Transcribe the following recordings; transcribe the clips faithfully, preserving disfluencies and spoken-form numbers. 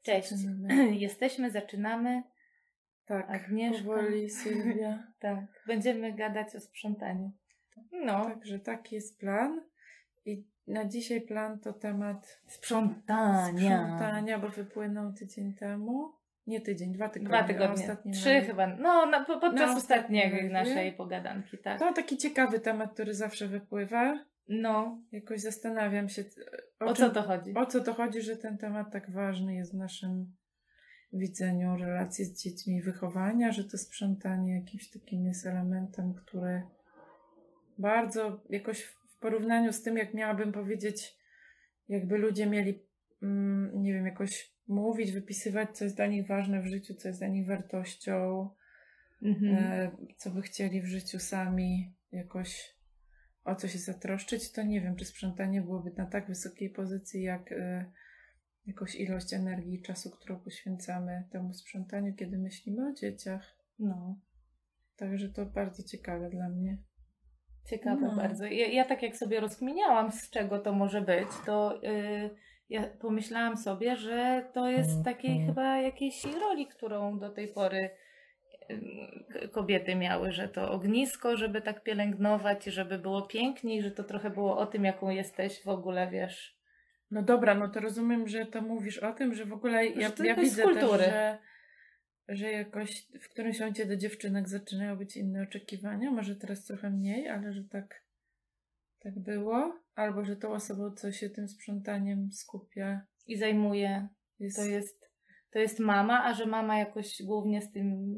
Cześć. Zaczynamy. Jesteśmy, zaczynamy. Tak, Agnieszka. powoli Sylwia. Tak, będziemy gadać o sprzątaniu. No, Także taki jest plan. I na dzisiaj plan to temat sprzątania. sprzątania, bo wypłynął tydzień temu. Nie tydzień, dwa tygodnie. Dwa tygodnie. Trzy live. chyba. No, na, po- podczas Na ostatniej ostatnim naszej live. pogadanki, tak. To taki ciekawy temat, który zawsze wypływa. No, Jakoś zastanawiam się, o, o czym, co to chodzi? o co to chodzi, że ten temat tak ważny jest w naszym widzeniu relacji z dziećmi i wychowania, że to sprzątanie jakimś takim jest elementem, który bardzo jakoś w porównaniu z tym, jak miałabym powiedzieć, jakby ludzie mieli, mm, nie wiem, jakoś mówić, wypisywać, co jest dla nich ważne w życiu, co jest dla nich wartością, Mhm. e, co by chcieli w życiu sami jakoś o co się zatroszczyć, to nie wiem, czy sprzątanie byłoby na tak wysokiej pozycji, jak e, jakąś ilość energii i czasu, którą poświęcamy temu sprzątaniu, kiedy myślimy o dzieciach. No, Także to bardzo ciekawe dla mnie. ciekawe No. bardzo. Ja, ja tak jak sobie rozkminiałam, z czego to może być, to yy, ja pomyślałam sobie, że to jest takiej chyba jakiejś roli, którą do tej pory k- kobiety miały, że to ognisko, żeby tak pielęgnować, żeby było piękniej, że to trochę było o tym, jaką jesteś w ogóle, wiesz. No dobra, no to rozumiem, że to mówisz o tym, że w ogóle ja, Że to ja jakoś z widzę kultury. też, że, że jakoś w którymś momencie do dziewczynek zaczynają być inne oczekiwania, może teraz trochę mniej, ale że tak, tak było, albo że tą osobą, co się tym sprzątaniem skupia, I zajmuje, jest... to jest, to jest mama, a że mama jakoś głównie z tym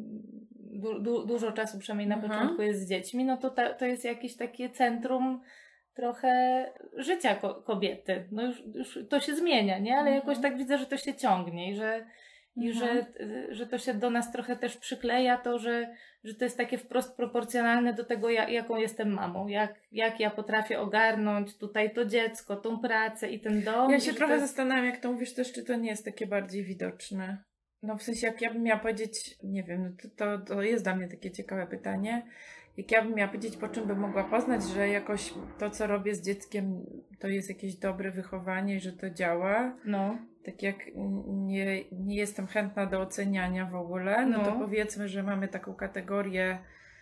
du, du, dużo czasu, przynajmniej na Mhm. początku jest z dziećmi, no to ta, to jest jakieś takie centrum trochę życia ko- kobiety. No już, już to się zmienia, nie? Ale Mhm. jakoś tak widzę, że to się ciągnie i że I Mhm. że, że to się do nas trochę też przykleja, to, że, że to jest takie wprost proporcjonalne do tego, ja, jaką jestem mamą, jak, jak ja potrafię ogarnąć tutaj to dziecko, tą pracę i ten dom. Ja i się że trochę to jest... zastanawiam, jak to mówisz też, czy to nie jest takie bardziej widoczne. No w sensie, jak ja bym miała powiedzieć, nie wiem, no to, to, to jest dla mnie takie ciekawe pytanie. Jak ja bym miała powiedzieć, po czym bym mogła poznać, że jakoś to, co robię z dzieckiem, to jest jakieś dobre wychowanie i że to działa. No, Tak jak nie, nie jestem chętna do oceniania w ogóle, no, No. to powiedzmy, że mamy taką kategorię,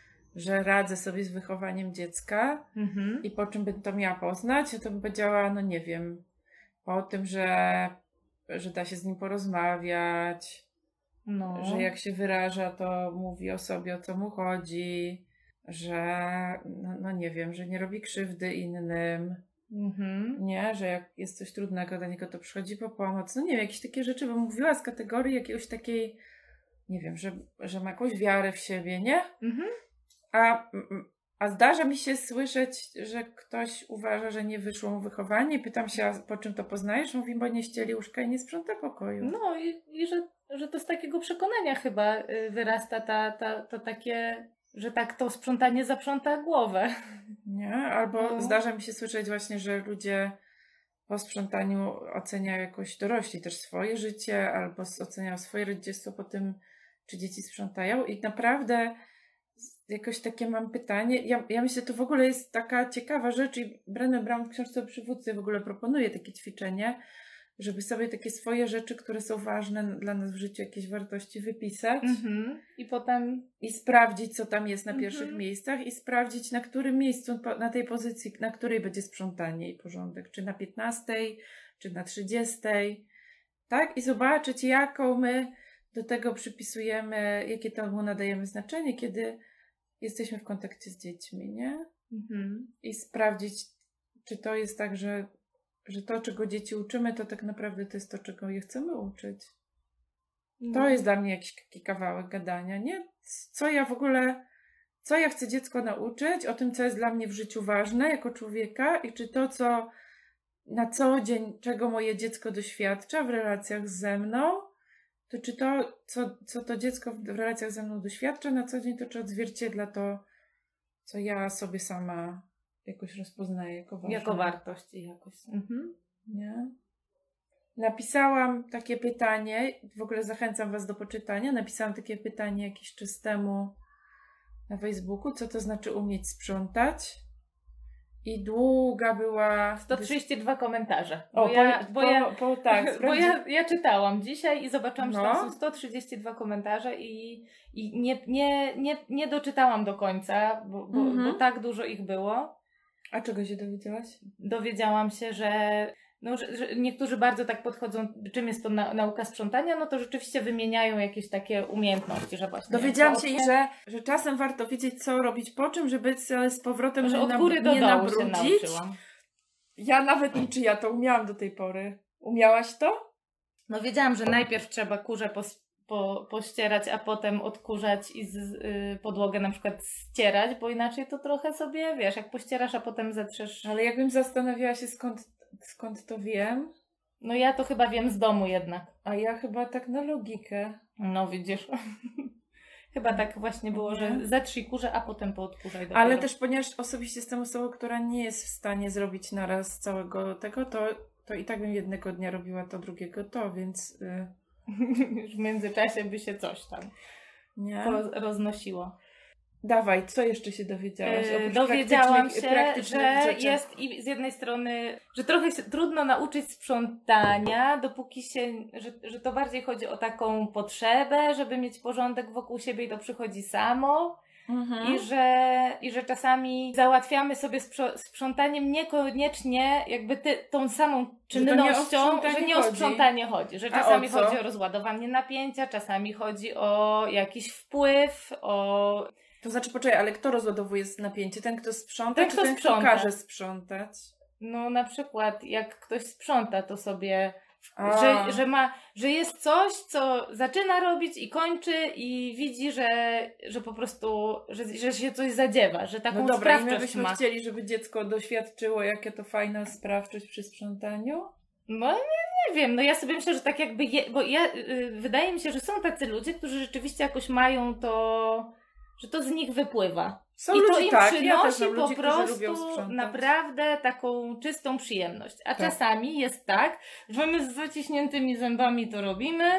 że radzę sobie z wychowaniem dziecka mhm. i po czym bym to miała poznać, to bym powiedziała, no nie wiem, o tym, że, że da się z nim porozmawiać, no. że jak się wyraża, to mówi o sobie, o co mu chodzi, że no, no nie wiem, że nie robi krzywdy innym, Mhm. nie, że jak jest coś trudnego dla niego, to przychodzi po pomoc. No nie wiem, jakieś takie rzeczy, bym mówiła z kategorii jakiegoś takiej, nie wiem, że, że ma jakąś wiarę w siebie, nie? Mhm. A, a zdarza mi się słyszeć, że ktoś uważa, że nie wyszło mu wychowanie. Pytam się, a po czym to poznajesz? Mówi, bo nie ścieli łóżka i nie sprząta pokoju. No i, i że, że to z takiego przekonania chyba y, wyrasta ta, ta, to takie, że tak to sprzątanie zaprząta głowę. Nie? Albo No. zdarza mi się słyszeć właśnie, że ludzie po sprzątaniu oceniają jakoś dorośli też swoje życie, albo s- oceniają swoje rodzicielstwo po tym, czy dzieci sprzątają. I naprawdę jakoś takie mam pytanie. Ja, ja myślę, że to w ogóle jest taka ciekawa rzecz i Brené Brown w książce o przywódcy w ogóle proponuje takie ćwiczenie, żeby sobie takie swoje rzeczy, które są ważne dla nas w życiu, jakieś wartości wypisać. Mhm. I potem I sprawdzić, co tam jest na Mhm. pierwszych miejscach i sprawdzić, na którym miejscu, po- na tej pozycji, na której będzie sprzątanie i porządek. Czy na piętnastej, czy na trzydziestej. Tak? I zobaczyć, jaką my do tego przypisujemy, jakie temu nadajemy znaczenie, kiedy jesteśmy w kontakcie z dziećmi, nie? mhm. I sprawdzić, czy to jest tak, że, że to, czego dzieci uczymy, to tak naprawdę to jest to, czego je chcemy uczyć. To No. jest dla mnie jakiś taki kawałek gadania, nie? Co ja w ogóle, co ja chcę dziecko nauczyć o tym, co jest dla mnie w życiu ważne jako człowieka i czy to, co na co dzień, czego moje dziecko doświadcza w relacjach ze mną, to czy to, co, co to dziecko w relacjach ze mną doświadcza na co dzień, to czy odzwierciedla to, co ja sobie sama jakoś rozpoznaję jako ważne. Jako wartość i jakoś. Mhm. Nie? Napisałam takie pytanie, w ogóle zachęcam Was do poczytania. Napisałam takie pytanie jakiś czas temu na Facebooku, co to znaczy umieć sprzątać. i długa była... sto trzydzieści dwa komentarze. O, bo ja, po, bo po, ja, po, tak, bo ja, ja czytałam dzisiaj i zobaczyłam, że No. tam są sto trzydzieści dwa komentarze i, i nie, nie, nie, nie doczytałam do końca, bo, bo, Mhm. bo tak dużo ich było. A czego się dowiedziałaś? Dowiedziałam się, że, no, że, że niektórzy bardzo tak podchodzą, czym jest to na, nauka sprzątania, no to rzeczywiście wymieniają jakieś takie umiejętności, że właśnie... Dowiedziałam po- się, że, że czasem warto wiedzieć, co robić po czym, żeby sobie z powrotem że nie, od nab- góry do nie dołu się nabrudzić. nauczyłam. Ja nawet nie czy ja to umiałam do tej pory. Umiałaś to? No wiedziałam, że najpierw trzeba kurze pos, po, pościerać, a potem odkurzać i z, y, podłogę na przykład ścierać, bo inaczej to trochę sobie, wiesz, jak pościerasz, a potem zetrzesz. Ale jakbym zastanawiała się, skąd, skąd to wiem, No ja to chyba wiem z domu jednak. a ja chyba tak na logikę. No widzisz. Chyba tak właśnie było, że Nie? zetrzyj kurze, a potem poodkurzaj dopiero. Ale też ponieważ osobiście jestem osobą, która nie jest w stanie zrobić naraz całego tego, to, to i tak bym jednego dnia robiła to, drugiego to, więc y, Już w międzyczasie by się coś tam nie. roz, roznosiło. Dawaj, co jeszcze się dowiedziałaś? Yy, Oprócz dowiedziałam praktycznych- się, praktycznych że rzeczy. jest i z jednej strony, że trochę się trudno nauczyć sprzątania, dopóki się, że, że to bardziej chodzi o taką potrzebę, żeby mieć porządek wokół siebie i to przychodzi samo. Mhm. I że, I że czasami załatwiamy sobie sprzo- sprzątaniem niekoniecznie jakby ty, tą samą Że to czynnością, nie o sprzątanie że nie o chodzi. sprzątanie chodzi. Że A czasami o co? chodzi o rozładowanie napięcia, czasami chodzi o jakiś wpływ, o... To znaczy, poczekaj, ale kto rozładowuje napięcie? Ten, kto sprząta, Ten, czy kto ten, sprząta. kto każe sprzątać? No na przykład jak ktoś sprząta, to sobie... A. Że, że, ma, że jest coś, co zaczyna robić i kończy i widzi, że, że po prostu, że, że się coś zadziewa, że taką No dobra, i my sprawczość byśmy ma. chcieli, żeby dziecko doświadczyło, jakie to fajna sprawczość przy sprzątaniu. No nie, nie wiem, no ja sobie myślę, że tak jakby, je, bo ja, y, wydaje mi się, że są tacy ludzie, którzy rzeczywiście jakoś mają to, że to z nich wypływa. Są I to ludzie, im tak, ja też przynosi znam ludzi, po którzy lubią prostu sprzątać. naprawdę taką czystą przyjemność. A Tak. czasami jest tak, że my z zaciśniętymi zębami to robimy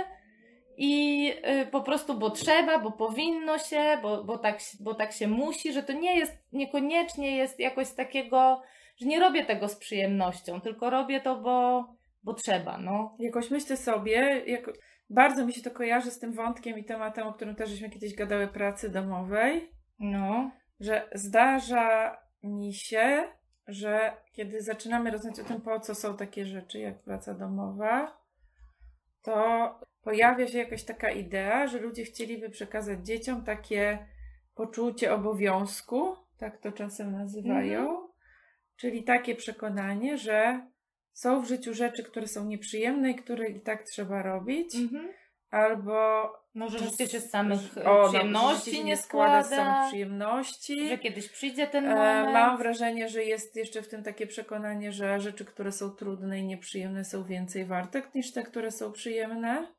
i y, po prostu, bo trzeba, bo powinno się, bo, bo, tak, bo tak się musi, że to nie jest, niekoniecznie jest jakoś z takiego, że nie robię tego z przyjemnością, tylko robię to, bo, bo trzeba, no. Jakoś myślę sobie, jako... bardzo mi się to kojarzy z tym wątkiem i tematem, o którym też żeśmy kiedyś gadały, pracy domowej, No. że zdarza mi się, że kiedy zaczynamy rozmawiać o tym, po co są takie rzeczy jak praca domowa, to pojawia się jakaś taka idea, że ludzie chcieliby przekazać dzieciom takie poczucie obowiązku, tak to czasem nazywają, Mhm. czyli takie przekonanie, że są w życiu rzeczy, które są nieprzyjemne i które i tak trzeba robić, Mhm. albo No, że życie się z samych o, o, no, przyjemności życie się nie składa z składa, samych przyjemności. że kiedyś przyjdzie ten E, moment. mam wrażenie, że jest jeszcze w tym takie przekonanie, że rzeczy, które są trudne i nieprzyjemne, są więcej warte niż te, które są przyjemne.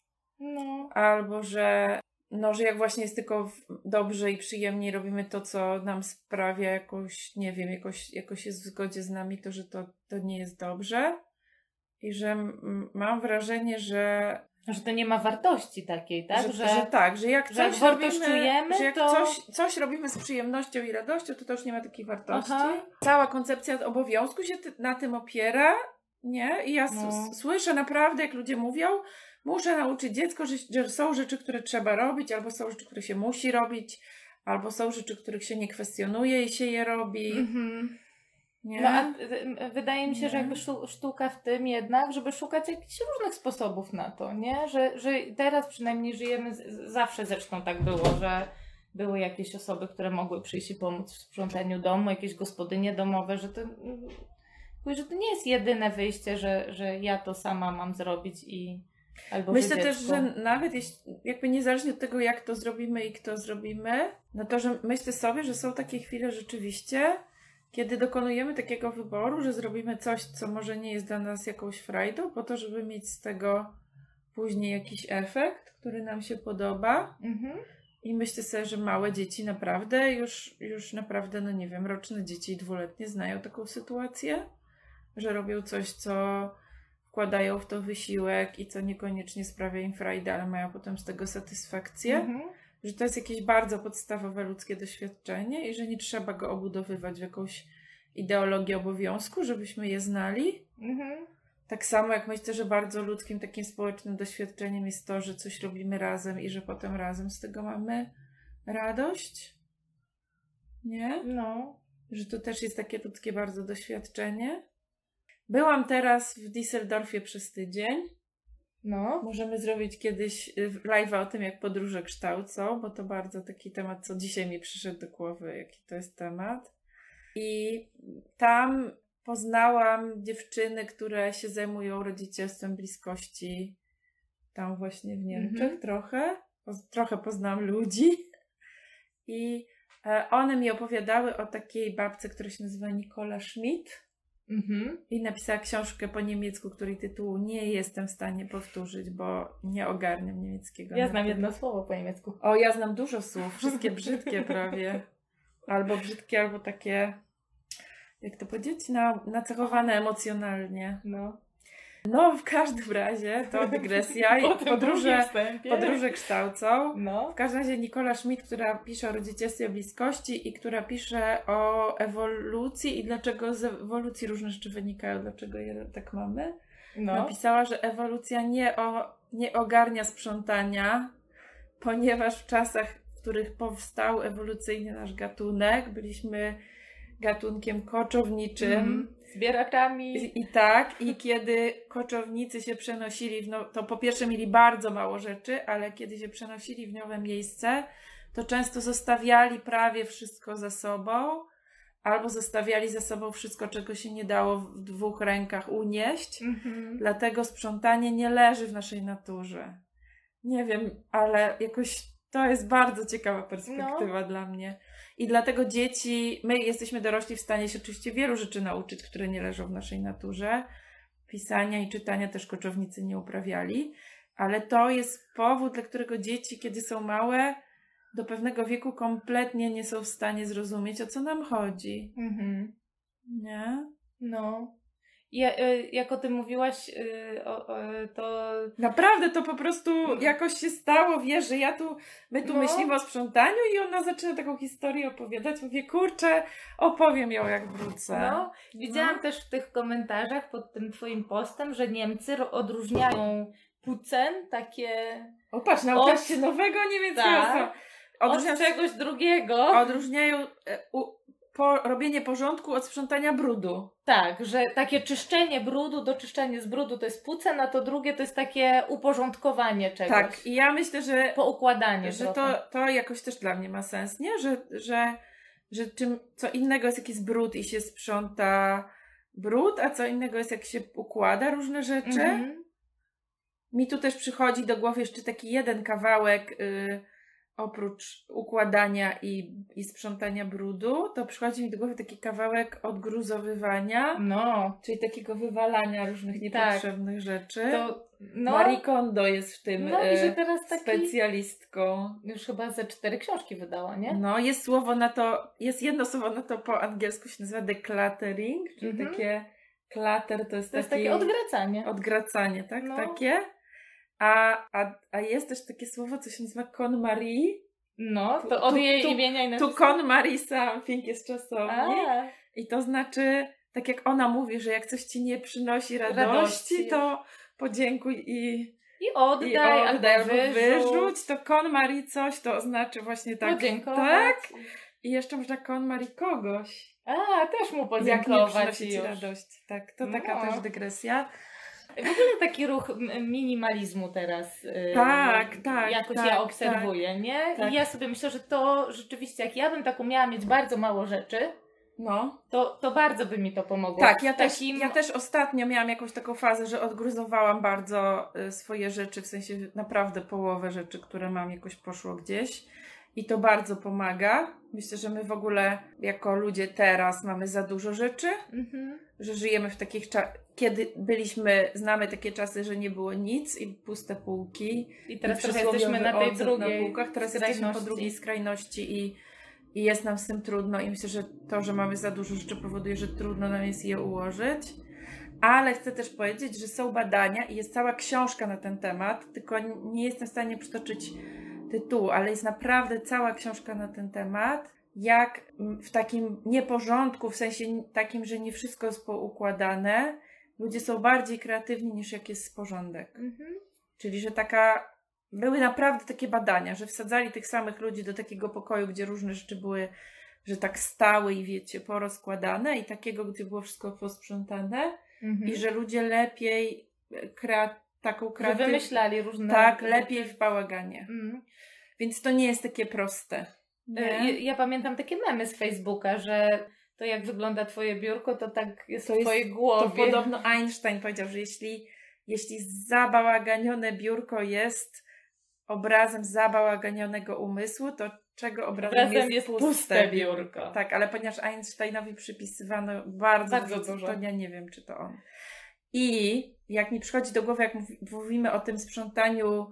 No. Albo że, no, że jak właśnie jest tylko w- dobrze i przyjemnie, robimy to, co nam sprawia jakoś, nie wiem, jakoś, jakoś jest w zgodzie z nami, to że to, to nie jest dobrze. I że m- mam wrażenie, że Że to nie ma wartości takiej, tak? Że, Że, że tak, że jak że coś jak robimy, wartościujemy, że jak to- coś, coś robimy z przyjemnością i radością, to to już nie ma takiej wartości. Aha. Cała koncepcja obowiązku się ty, na tym opiera, nie? I ja s- No. s- słyszę naprawdę, jak ludzie mówią, muszę nauczyć dziecko, że, że są rzeczy, które trzeba robić, albo są rzeczy, które się musi robić, albo są rzeczy, których się nie kwestionuje i się je robi. Mhm. Nie? No, a y, y, wydaje mi się, że Nie. jakby szu- sztuka w tym jednak, żeby szukać jakichś różnych sposobów na to, nie? Że, że teraz przynajmniej żyjemy, z, z- zawsze zresztą tak było, że były jakieś osoby, które mogły przyjść i pomóc w sprzątaniu domu, jakieś gospodynie domowe, że to, mm, że to nie jest jedyne wyjście, że, że ja to sama mam zrobić i albo Myślę że też, dziecko. że nawet jeśli, jakby niezależnie od tego, jak to zrobimy i kto zrobimy, no to, że myślę sobie, że są takie chwile rzeczywiście, kiedy dokonujemy takiego wyboru, że zrobimy coś, co może nie jest dla nas jakąś frajdą, po to, żeby mieć z tego później jakiś efekt, który nam się podoba. Mhm. I myślę sobie, że małe dzieci naprawdę, już, już naprawdę, no nie wiem, roczne dzieci i dwuletnie znają taką sytuację, że robią coś, co wkładają w to wysiłek i co niekoniecznie sprawia im frajdę, ale mają potem z tego satysfakcję. Mhm. Że to jest jakieś bardzo podstawowe ludzkie doświadczenie i że nie trzeba go obudowywać w jakąś ideologię obowiązku, żebyśmy je znali. Mhm. Tak samo jak myślę, że bardzo ludzkim takim społecznym doświadczeniem jest to, że coś robimy razem i że potem razem z tego mamy radość. Nie? No. Że to też jest takie ludzkie bardzo doświadczenie. Byłam teraz w Düsseldorfie przez tydzień. No. Możemy zrobić kiedyś live'a o tym, jak podróże kształcą, bo to bardzo taki temat, co dzisiaj mi przyszedł do głowy, jaki to jest temat. I tam poznałam dziewczyny, które się zajmują rodzicielstwem bliskości tam właśnie w Niemczech Mhm. trochę. Po- trochę poznałam ludzi. I e, one mi opowiadały o takiej babce, która się nazywa Nicola Schmidt. Mhm. I napisała książkę po niemiecku, której tytułu nie jestem w stanie powtórzyć, bo nie ogarniam niemieckiego. Ja znam jedno słowo po niemiecku. O, ja znam dużo słów, wszystkie brzydkie prawie. Albo brzydkie, albo takie, jak to powiedzieć, na, nacechowane emocjonalnie. No. No, w każdym razie to dygresja i Po tym długim podróże, wstępie. podróże kształcą. No. W każdym razie Nicola Schmidt, która pisze o rodzicielstwie bliskości i która pisze o ewolucji i dlaczego z ewolucji różne rzeczy wynikają, dlaczego je tak mamy. No. Napisała, że ewolucja nie, o, nie ogarnia sprzątania, ponieważ w czasach, w których powstał ewolucyjnie nasz gatunek, byliśmy gatunkiem koczowniczym. Mhm. Zbieraczami. I, I tak, i kiedy koczownicy się przenosili, w no, to po pierwsze mieli bardzo mało rzeczy, ale kiedy się przenosili w nowe miejsce, to często zostawiali prawie wszystko za sobą, albo zostawiali za sobą wszystko, czego się nie dało w dwóch rękach unieść. Mhm. Dlatego sprzątanie nie leży w naszej naturze. Nie wiem, ale jakoś to jest bardzo ciekawa perspektywa No. dla mnie. I dlatego dzieci, my jesteśmy dorośli w stanie się oczywiście wielu rzeczy nauczyć, które nie leżą w naszej naturze. Pisania i czytania też koczownicy nie uprawiali, ale to jest powód, dla którego dzieci, kiedy są małe, do pewnego wieku kompletnie nie są w stanie zrozumieć, o co nam chodzi. Mhm. Nie? No. Ja, y, jak o tym mówiłaś, y, o, o, to... Naprawdę to po prostu jakoś się stało, wiesz, że ja tu, my tu No. myślimy o sprzątaniu i ona zaczyna taką historię opowiadać. Mówię, kurczę, opowiem ją jak wrócę. No, widziałam No. też w tych komentarzach pod tym twoim postem, że Niemcy ro- odróżniają pucen, takie O patrz, nauczyłaś Od- się nowego niemieckiego tak. słowa. od Odróżniasz, czegoś drugiego. odróżniają e, u, po, robienie porządku od sprzątania brudu. Tak, że takie czyszczenie brudu, doczyszczenie z brudu to jest pucen, a to drugie to jest takie uporządkowanie czegoś. Tak, i ja myślę, że Poukładanie że to, trochę. to jakoś też dla mnie ma sens, nie? Że, że, że czym, co innego jest jakiś brud i się sprząta brud, a co innego jest jak się układa różne rzeczy. Mhm. Mi tu też przychodzi do głowy jeszcze taki jeden kawałek, y, oprócz układania i, i sprzątania brudu, to przychodzi mi do głowy taki kawałek odgruzowywania, No, czyli takiego wywalania różnych niepotrzebnych rzeczy. to no, Marie Kondo jest w tym no i że y, teraz taki specjalistką. już chyba ze cztery książki wydała, nie? No, jest słowo na to, jest jedno słowo na to po angielsku, się nazywa decluttering, czyli Mhm. takie clutter to jest, To jest taki takie odgracanie. odgracanie, tak? No. Takie. A, a, a jest też takie słowo, co się nazywa KonMari. No, Tu- to od tu- jej tu- imienia i Tu nazwiska. KonMari something jest czasownik. A, I to znaczy, tak jak ona mówi, że jak coś ci nie przynosi radości, Radości. to podziękuj i, i oddaj, i oddaj albo albo wyrzuć, wyrzuć. To KonMari coś, to znaczy właśnie tak. podziękować. Tak. I jeszcze można KonMari kogoś. A, też mu Jak nie podziękować przynosi ci już. radości. Tak, to No. taka też dygresja. W ogóle taki ruch m- minimalizmu teraz yy, Tak, tak, jakoś tak, ja obserwuję, nie? tak. I ja sobie myślę, że to rzeczywiście, jak ja bym taką miała mieć bardzo mało rzeczy, No. to, to bardzo by mi to pomogło. Tak, ja W też, takim... ja też ostatnio miałam jakąś taką fazę, że odgruzowałam bardzo y, swoje rzeczy, w sensie naprawdę połowę rzeczy, które mam, jakoś poszło gdzieś. I to bardzo pomaga. Myślę, że my w ogóle jako ludzie teraz mamy za dużo rzeczy, Mhm. że żyjemy w takich czasach, kiedy byliśmy, znamy takie czasy, że nie było nic i puste półki. I teraz I trochę jesteśmy na tej oddech drugiej na półkach. Teraz jesteśmy po skrajności. drugiej skrajności i, i jest nam z tym trudno i myślę, że to, że mamy za dużo rzeczy powoduje, że trudno nam jest je ułożyć. Ale chcę też powiedzieć, że są badania i jest cała książka na ten temat, tylko nie jestem w stanie przytoczyć tytułu, ale jest naprawdę cała książka na ten temat, jak w takim nieporządku, w sensie takim, że nie wszystko jest poukładane, ludzie są bardziej kreatywni niż jak jest porządek. Mhm. Czyli, że taka, były naprawdę takie badania, że wsadzali tych samych ludzi do takiego pokoju, gdzie różne rzeczy były, że tak stały i wiecie, porozkładane i takiego, gdzie było wszystko posprzątane Mhm. i że ludzie lepiej krea- taką Że kreatywność... wymyślali różne... Tak, lepiej w bałaganie. Mhm. Więc to nie jest takie proste. Ja, ja pamiętam takie memy z Facebooka, że to jak wygląda twoje biurko, to tak jest To w jest- twojej To głowie. podobno Einstein powiedział, że jeśli, jeśli zabałaganione biurko jest obrazem zabałaganionego umysłu, to czego obrazem, Obrazem jest, jest puste, puste biurko. biurko. Tak, ale ponieważ Einsteinowi przypisywano bardzo, Bardzo dużo, dużo. to ja nie wiem, czy to on. I jak mi przychodzi do głowy, jak mówi- mówimy o tym sprzątaniu,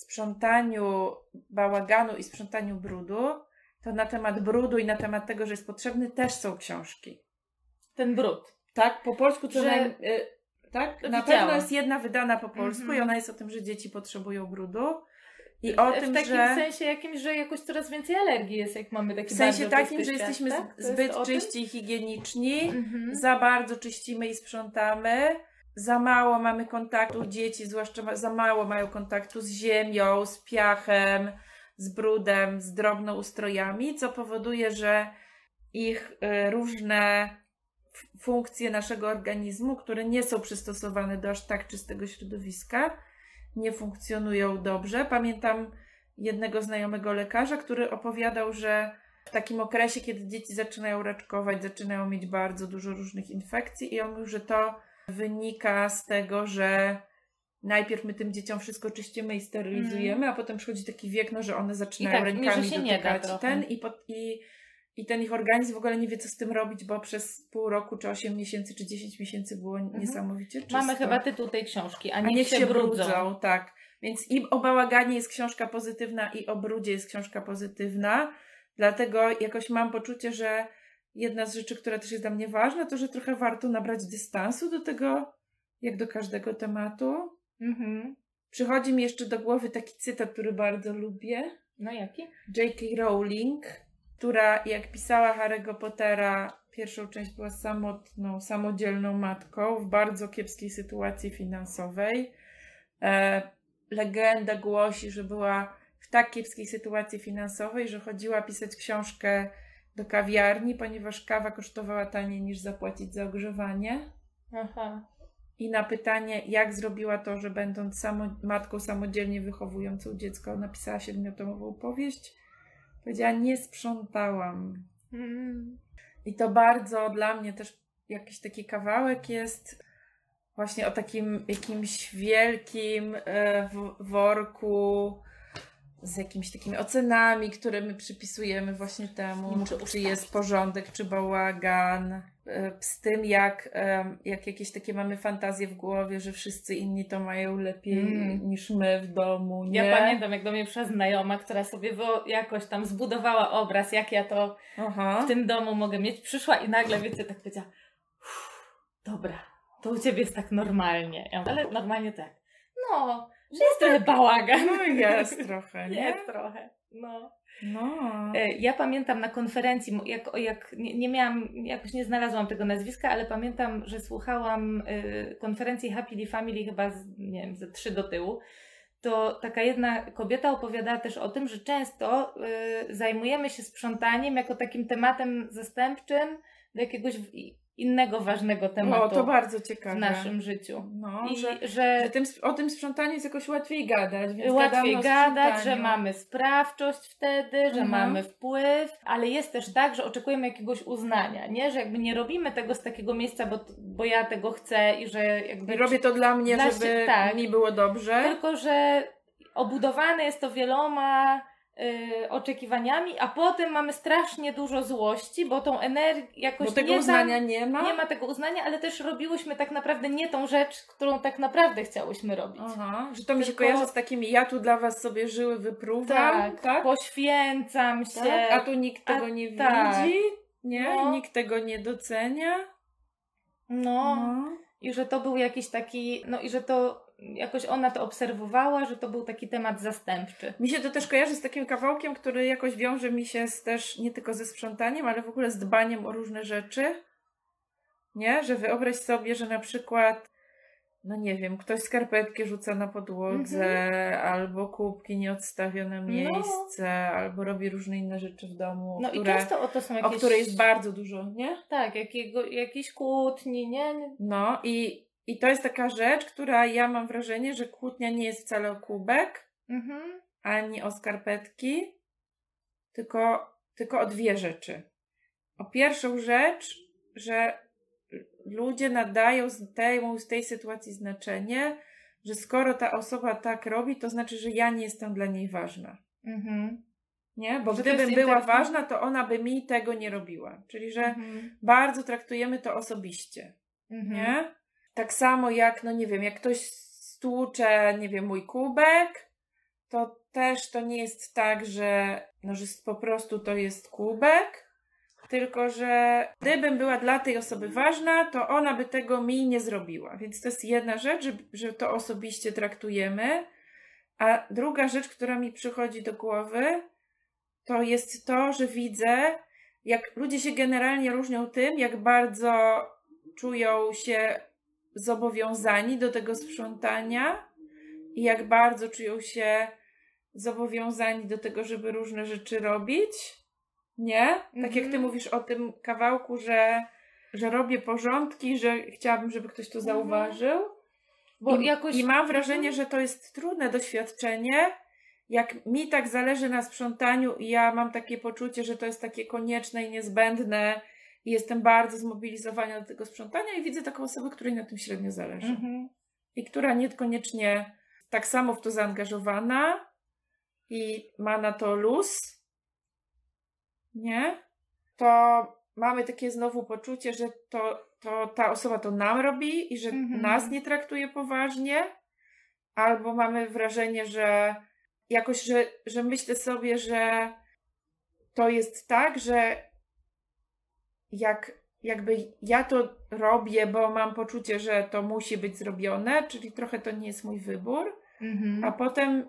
sprzątaniu bałaganu i sprzątaniu brudu, to na temat brudu i na temat tego, że jest potrzebny, też są książki. Ten brud. Tak, po polsku co Że- naj... y, tak? Na Widziałam. pewno jest jedna wydana po polsku Mhm. i ona jest o tym, że dzieci potrzebują brudu. I o w tym, takim że sensie jakimś, że jakoś coraz więcej alergii jest, jak mamy taki w sensie bardzo takim, czysty że świat, jesteśmy tak? z- To jest zbyt o tym? czyści i higieniczni, Mhm. za bardzo czyścimy i sprzątamy, za mało mamy kontaktu, dzieci zwłaszcza ma- za mało mają kontaktu z ziemią, z piachem, z brudem, z drobnoustrojami, co powoduje, że ich y, różne f- funkcje naszego organizmu, które nie są przystosowane do aż tak czystego środowiska, nie funkcjonują dobrze. Pamiętam jednego znajomego lekarza, który opowiadał, że w takim okresie, kiedy dzieci zaczynają raczkować, zaczynają mieć bardzo dużo różnych infekcji i on mówił, że to wynika z tego, że najpierw my tym dzieciom wszystko czyścimy i sterylizujemy, a potem przychodzi taki wiek, no, że one zaczynają I tak, nie, rękami że się nie da dotykać trochę. ten i, pod, i, i ten ich organizm w ogóle nie wie, co z tym robić, bo przez pół roku, czy osiem miesięcy, czy dziesięć miesięcy było niesamowicie czysto. Mamy chyba tytuł tej książki, a A niech, niech się brudzą. brudzą, tak. Więc i o bałaganie jest książka pozytywna i o brudzie jest książka pozytywna. Dlatego jakoś mam poczucie, że jedna z rzeczy, która też jest dla mnie ważna, to, że trochę warto nabrać dystansu do tego, jak do każdego tematu. Mhm. Przychodzi mi jeszcze do głowy taki cytat, który bardzo lubię. No jaki? J K. Rowling, która jak pisała Harry'ego Pottera, pierwszą część była samotną, samodzielną matką w bardzo kiepskiej sytuacji finansowej. E, legenda głosi, że była w tak kiepskiej sytuacji finansowej, że chodziła pisać książkę do kawiarni, ponieważ kawa kosztowała taniej niż zapłacić za ogrzewanie. Aha. I na pytanie, jak zrobiła to, że będąc samo, matką samodzielnie wychowującą dziecko, napisała siedmiotomową powieść, powiedziała, nie sprzątałam. Mm. I to bardzo dla mnie też jakiś taki kawałek jest właśnie o takim jakimś wielkim e, w- worku z jakimiś takimi ocenami, które my przypisujemy właśnie temu, Muszę czy ustawić. jest porządek, czy bałagan, e, z tym jak, em, jak jakieś takie mamy fantazje w głowie, że wszyscy inni to mają lepiej Mm. niż my w domu, nie? Ja pamiętam, jak do mnie przyszła znajoma, która sobie wyo- jakoś tam zbudowała obraz, jak ja to Aha. w tym domu mogę mieć. Przyszła i nagle, wiecie, tak powiedziała, "Uff, dobra, to u ciebie jest tak normalnie. Ja mówię, ale normalnie tak. No, że jest trochę bałagan. No jest trochę, nie? Jest trochę, no. No. E, Ja pamiętam na konferencji, mo- jak, jak nie, nie miałam, jakoś nie znalazłam tego nazwiska, ale pamiętam, że słuchałam y, konferencji Happily Family chyba, z, nie wiem, ze trzy do tyłu. To taka jedna kobieta opowiadała też o tym, że często y, zajmujemy się sprzątaniem jako takim tematem zastępczym do jakiegoś w- innego ważnego tematu O, to bardzo ciekawe. w naszym życiu. No, I że, że że tym, o tym sprzątaniu jest jakoś łatwiej gadać. Więc łatwiej gadamy o gadać, że sprzątaniu. mamy sprawczość wtedy, że Mhm. mamy wpływ, ale jest też tak, że oczekujemy jakiegoś uznania, nie? Że jakby nie robimy tego z takiego miejsca, bo, bo ja tego chcę i że jakby... I robię to dla mnie, Dla żeby się- tak. mi było dobrze. Tylko, że obudowane jest to wieloma y, oczekiwaniami, a potem mamy strasznie dużo złości, bo tą energię jakoś Bo tego nie uznania tam, nie ma. nie ma tego uznania, ale też robiłyśmy tak naprawdę nie tą rzecz, którą tak naprawdę chciałyśmy robić. Aha, że to mi się Tylko- kojarzy z takimi, ja tu dla was sobie żyły wypruwam, Tak, tak? poświęcam się. tak? A tu nikt a tego nie tak. widzi, nie? No. Nikt tego nie docenia. No, No. i że to był jakiś taki, no i że to jakoś ona to obserwowała, że to był taki temat zastępczy. Mi się to też kojarzy z takim kawałkiem, który jakoś wiąże mi się z, też nie tylko ze sprzątaniem, ale w ogóle z dbaniem o różne rzeczy. Nie? Że wyobraź sobie, że na przykład no nie wiem, ktoś skarpetki rzuca na podłodze, mm-hmm. albo kubki nie odstawia na miejsce, no. albo robi różne inne rzeczy w domu, no które, i często o to są jakieś... o której jest bardzo dużo, nie? Tak, jakiego, jakieś kłótni, nie? No i, i to jest taka rzecz, która ja mam wrażenie, że kłótnia nie jest wcale o kubek, mm-hmm. ani o skarpetki, tylko, tylko o dwie rzeczy. O pierwszą rzecz, że ludzie nadają z tej, z tej sytuacji znaczenie, że skoro ta osoba tak robi, to znaczy, że ja nie jestem dla niej ważna. Mm-hmm. Nie? Bo że gdybym była inter... ważna, to ona by mi tego nie robiła. Czyli, że mm-hmm. bardzo traktujemy to osobiście. Mm-hmm. Nie? Tak samo jak, no nie wiem, jak ktoś stłucze, nie wiem, mój kubek, to też to nie jest tak, że, no, że po prostu to jest kubek, tylko że gdybym była dla tej osoby ważna, to ona by tego mi nie zrobiła. Więc to jest jedna rzecz, że, że to osobiście traktujemy. A druga rzecz, która mi przychodzi do głowy, to jest to, że widzę, jak ludzie się generalnie różnią tym, jak bardzo czują się zobowiązani do tego sprzątania i jak bardzo czują się zobowiązani do tego, żeby różne rzeczy robić. Nie? Tak mm-hmm. jak ty mówisz o tym kawałku, że, że robię porządki, że chciałabym, żeby ktoś to zauważył. Bo I, jakoś... I mam wrażenie, że to jest trudne doświadczenie. Jak mi tak zależy na sprzątaniu i ja mam takie poczucie, że to jest takie konieczne i niezbędne i jestem bardzo zmobilizowana do tego sprzątania i widzę taką osobę, której na tym średnio zależy. Mm-hmm. I która niekoniecznie tak samo w to zaangażowana i ma na to luz, nie? To mamy takie znowu poczucie, że to, to ta osoba to nam robi i że mm-hmm. nas nie traktuje poważnie, albo mamy wrażenie, że jakoś, że, że myślę sobie, że to jest tak, że jak jakby ja to robię, bo mam poczucie, że to musi być zrobione, czyli trochę to nie jest mój wybór, mm-hmm. a potem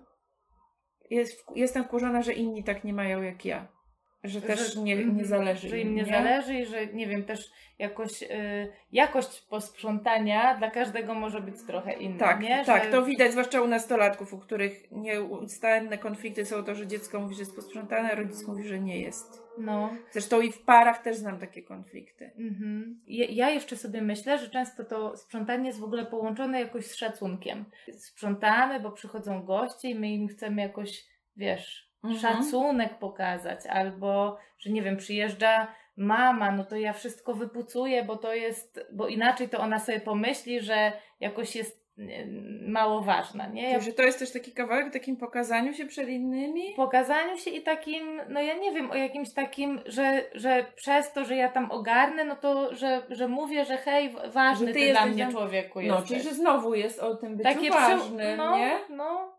jest, jestem wkurzona, że inni tak nie mają jak ja. Że też że, nie, nie zależy. Że im im, nie, nie zależy i że nie wiem, też jakoś y, jakość posprzątania dla każdego może być trochę inna. Tak, nie? tak, że... to widać zwłaszcza u nastolatków, u których nieustanne konflikty są to, że dziecko mówi, że jest posprzątane, a rodzic mówi, że nie jest. No. Zresztą i w parach też znam takie konflikty. Mm-hmm. Ja, ja jeszcze sobie myślę, że często to sprzątanie jest w ogóle połączone jakoś z szacunkiem. Sprzątamy, bo przychodzą goście i my im chcemy jakoś, wiesz... Mhm. szacunek pokazać, albo, że nie wiem, przyjeżdża mama, no to ja wszystko wypucuję, bo to jest, bo inaczej to ona sobie pomyśli, że jakoś jest mało ważna, nie? Ja... Że to jest też taki kawałek o takim pokazaniu się przed innymi? Pokazaniu się i takim, no ja nie wiem, o jakimś takim, że, że przez to, że ja tam ogarnę, no to, że, że mówię, że hej, ważny że ty, ty dla mnie tam... człowieku jesteś. No, czyli że znowu jest o tym byciu takie ważnym, przy... no, nie? No.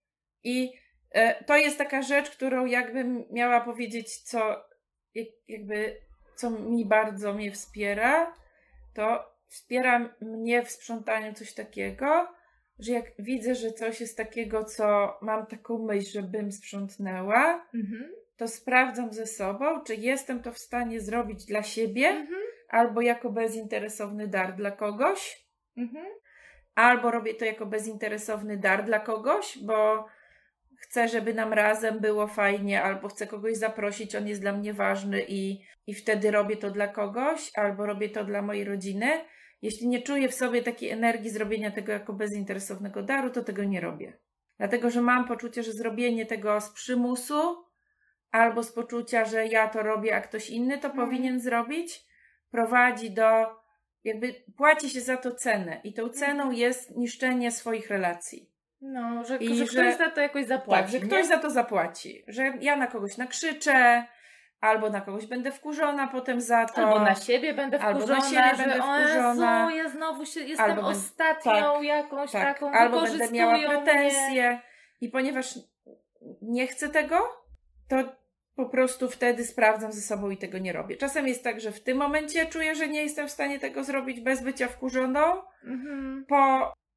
I to jest taka rzecz, którą jakbym miała powiedzieć, co jakby, co mi bardzo mnie wspiera, to wspiera mnie w sprzątaniu coś takiego, że jak widzę, że coś jest takiego, co mam taką myśl, żebym sprzątnęła, mhm. to sprawdzam ze sobą, czy jestem to w stanie zrobić dla siebie, mhm. albo jako bezinteresowny dar dla kogoś, mhm. albo robię to jako bezinteresowny dar dla kogoś, bo chcę, żeby nam razem było fajnie, albo chcę kogoś zaprosić, on jest dla mnie ważny i, i wtedy robię to dla kogoś, albo robię to dla mojej rodziny. Jeśli nie czuję w sobie takiej energii zrobienia tego jako bezinteresownego daru, to tego nie robię. Dlatego, że mam poczucie, że zrobienie tego z przymusu, albo z poczucia, że ja to robię, a ktoś inny to hmm. powinien zrobić, prowadzi do, jakby płaci się za to cenę. I tą ceną jest niszczenie swoich relacji. No, że, I że ktoś że, za to jakoś zapłaci. Tak, że nie? ktoś za to zapłaci. Że ja na kogoś nakrzyczę, albo na kogoś będę wkurzona potem za to. Albo na siebie będę wkurzona, albo na siebie że będę wkurzona. O Jezu, ja znowu się, jestem albo ostatnią tak, jakąś tak, taką, albo będę miała pretensje. Mnie. I ponieważ nie chcę tego, to po prostu wtedy sprawdzam ze sobą i tego nie robię. Czasem jest tak, że w tym momencie czuję, że nie jestem w stanie tego zrobić bez bycia wkurzoną. Mhm. Po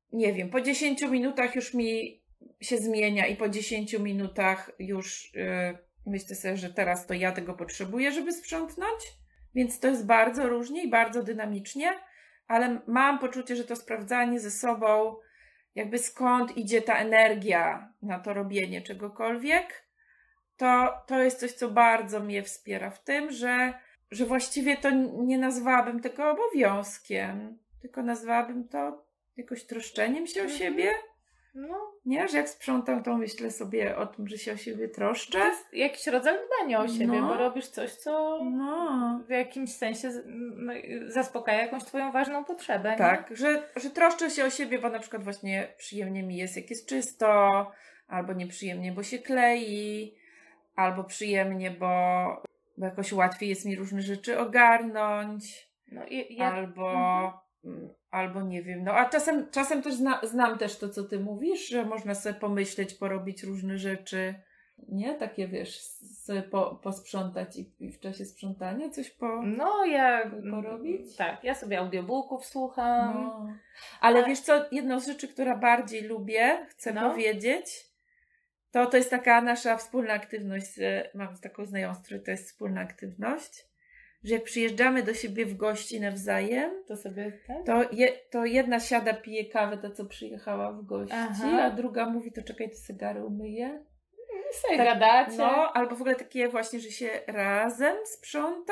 nie wiem, po dziesięciu minutach już mi się zmienia i po dziesięciu minutach już yy, myślę sobie, że teraz to ja tego potrzebuję, żeby sprzątnąć. Więc to jest bardzo różnie i bardzo dynamicznie, ale mam poczucie, że to sprawdzanie ze sobą, jakby skąd idzie ta energia na to robienie czegokolwiek, to, to jest coś, co bardzo mnie wspiera w tym, że, że właściwie to nie nazwałabym tego obowiązkiem, tylko nazwałabym to jakoś troszczeniem się o Mhm. siebie. No, Nie, że jak sprzątam, to myślę sobie o tym, że się o siebie troszczę. to jest jakiś rodzaj dbania o siebie, No. bo robisz coś, co No. w jakimś sensie z- no, zaspokaja jakąś twoją ważną potrzebę. Nie? Tak, że, że troszczę się o siebie, bo na przykład właśnie przyjemnie mi jest, jak jest czysto, albo nieprzyjemnie, bo się klei, albo przyjemnie, bo, bo jakoś łatwiej jest mi różne rzeczy ogarnąć, No, i, ja, albo, Mhm. mm, albo nie wiem. No a czasem, czasem też zna, znam też to, co ty mówisz, że można sobie pomyśleć, porobić różne rzeczy, nie? Takie, wiesz, sobie po, posprzątać i, i w czasie sprzątania coś po... no ja porobić? Tak, ja sobie audiobooków słucham. No. Ale A- wiesz co, jedną z rzeczy, która bardziej lubię, chcę No. powiedzieć, to to jest taka nasza wspólna aktywność. e, Mam taką znajomą, z której to jest wspólna aktywność, że jak przyjeżdżamy do siebie w gości nawzajem, To sobie tak? to, je, to jedna siada, pije kawę, ta co przyjechała w gości, Aha. a druga mówi, to czekaj, to cygary umyję. sobie tak, gadacie. No, albo w ogóle takie właśnie, że się razem sprząta,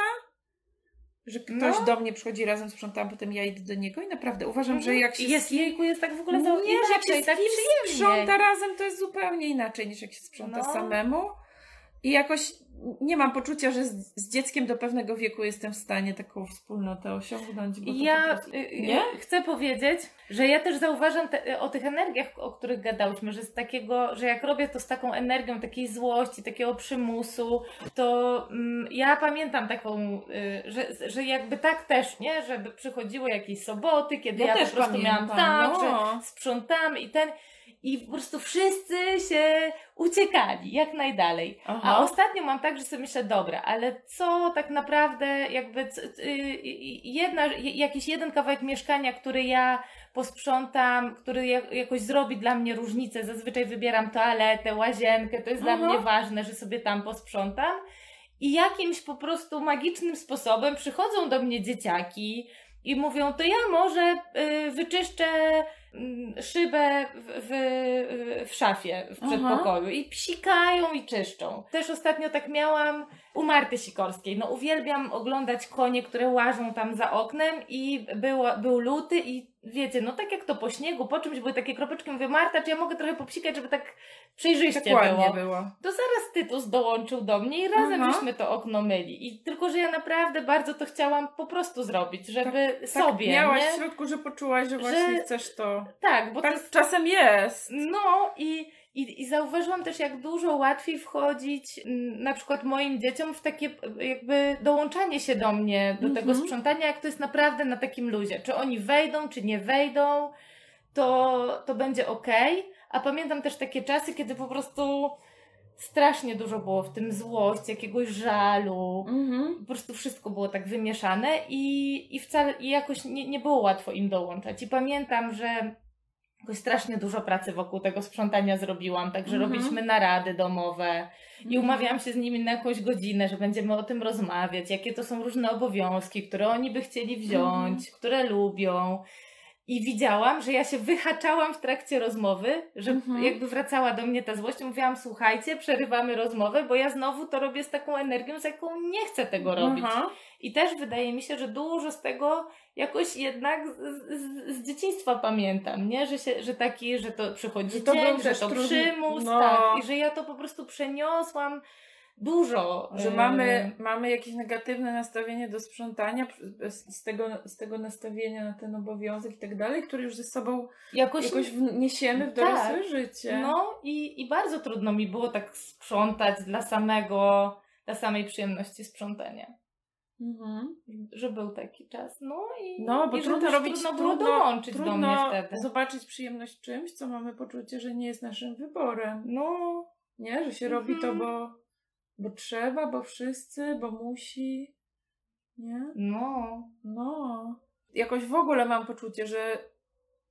że ktoś No. do mnie przychodzi, razem sprzątam, potem ja idę do niego i naprawdę uważam, że Mhm. jak się I jest z kim- jejku, jest tak w ogóle za nie, że jak inaczej, się z tak kimś przyjemniej. sprząta razem, to jest zupełnie inaczej niż jak się sprząta No. samemu. I jakoś nie mam poczucia, że z, z dzieckiem do pewnego wieku jestem w stanie taką wspólnotę osiągnąć. Bo to po Ja prostu... y, y, Nie? chcę powiedzieć, że ja też zauważam te, o tych energiach, o których gadałyśmy, że z takiego, że jak robię to z taką energią takiej złości, takiego przymusu, to mm, ja pamiętam taką, y, że, że jakby tak też, nie? Żeby przychodziły jakieś soboty, kiedy ja, też po prostu pamiętam, miałam tak, no. że sprzątamy i ten i po prostu wszyscy się uciekali jak najdalej. Aha. A ostatnio mam tak, że sobie myślę, dobra, ale co tak naprawdę jakby c- c- y- y- jedna, y- jakiś jeden kawałek mieszkania, który ja posprzątam, który jak, jakoś zrobi dla mnie różnicę. Zazwyczaj wybieram toaletę, łazienkę, to jest dla Aha. mnie ważne, że sobie tam posprzątam. I jakimś po prostu magicznym sposobem przychodzą do mnie dzieciaki i mówią, to ja może y, wyczyszczę mm, szybę w, w, w szafie w Aha. przedpokoju i psikają i czyszczą. Też ostatnio tak miałam u Marty Sikorskiej. No uwielbiam oglądać konie, które łażą tam za oknem i było, był luty i wiecie, no tak jak to po śniegu, po czymś były takie kropeczki, mówię, Marta, czy ja mogę trochę popsikać, żeby tak przejrzyście Tak ładnie było. było. To zaraz Tytus dołączył do mnie i razem Aha. żeśmy to okno myli. I tylko, że ja naprawdę bardzo to chciałam po prostu zrobić, żeby sobie, Tak miałaś nie? w środku, że poczułaś, że właśnie Że- chcesz to. Tak, bo to Tak jest... czasem jest. No i, i, i zauważyłam też, jak dużo łatwiej wchodzić mm, na przykład moim dzieciom w takie jakby dołączanie się do mnie, do tego Mhm. sprzątania, jak to jest naprawdę na takim luzie. Czy oni wejdą, czy nie wejdą, to, to będzie okej. A pamiętam też takie czasy, kiedy po prostu strasznie dużo było w tym złość, jakiegoś żalu. Mhm. Po prostu wszystko było tak wymieszane i, i wcale i jakoś nie, nie było łatwo im dołączać. I pamiętam, że jakoś strasznie dużo pracy wokół tego sprzątania zrobiłam, także Mhm. robiliśmy narady domowe i Mhm. umawiałam się z nimi na jakąś godzinę, że będziemy o tym rozmawiać, jakie to są różne obowiązki, które oni by chcieli wziąć, Mhm. które lubią. I widziałam, że ja się wyhaczałam w trakcie rozmowy, że Mhm. jakby wracała do mnie ta złość i mówiłam, słuchajcie, przerywamy rozmowę, bo ja znowu to robię z taką energią, z jaką nie chcę tego robić. Aha. I też wydaje mi się, że dużo z tego jakoś jednak z, z, z dzieciństwa pamiętam, nie? Że, się, że taki, że to przychodzi Że to dzień, był że też to trudny- przymus, no. tak. I że ja to po prostu przeniosłam dużo. Że e, mamy, mamy jakieś negatywne nastawienie do sprzątania z z tego, z tego nastawienia na ten obowiązek i tak dalej, który już ze sobą jakoś, jakoś wniesiemy w Tak. dorosłe życie. No i, i bardzo trudno mi było tak sprzątać dla samego, dla samej przyjemności sprzątania. Mhm. Że był taki czas. No i, No, bo i że trudno też robić, trudno trudno, było dołączyć trudno do mnie wtedy. zobaczyć przyjemność w czymś, co mamy poczucie, że nie jest naszym wyborem. No, Nie? Że się robi to, Mhm. bo, bo trzeba, bo wszyscy, bo musi. Nie? no. No. Jakoś w ogóle mam poczucie, że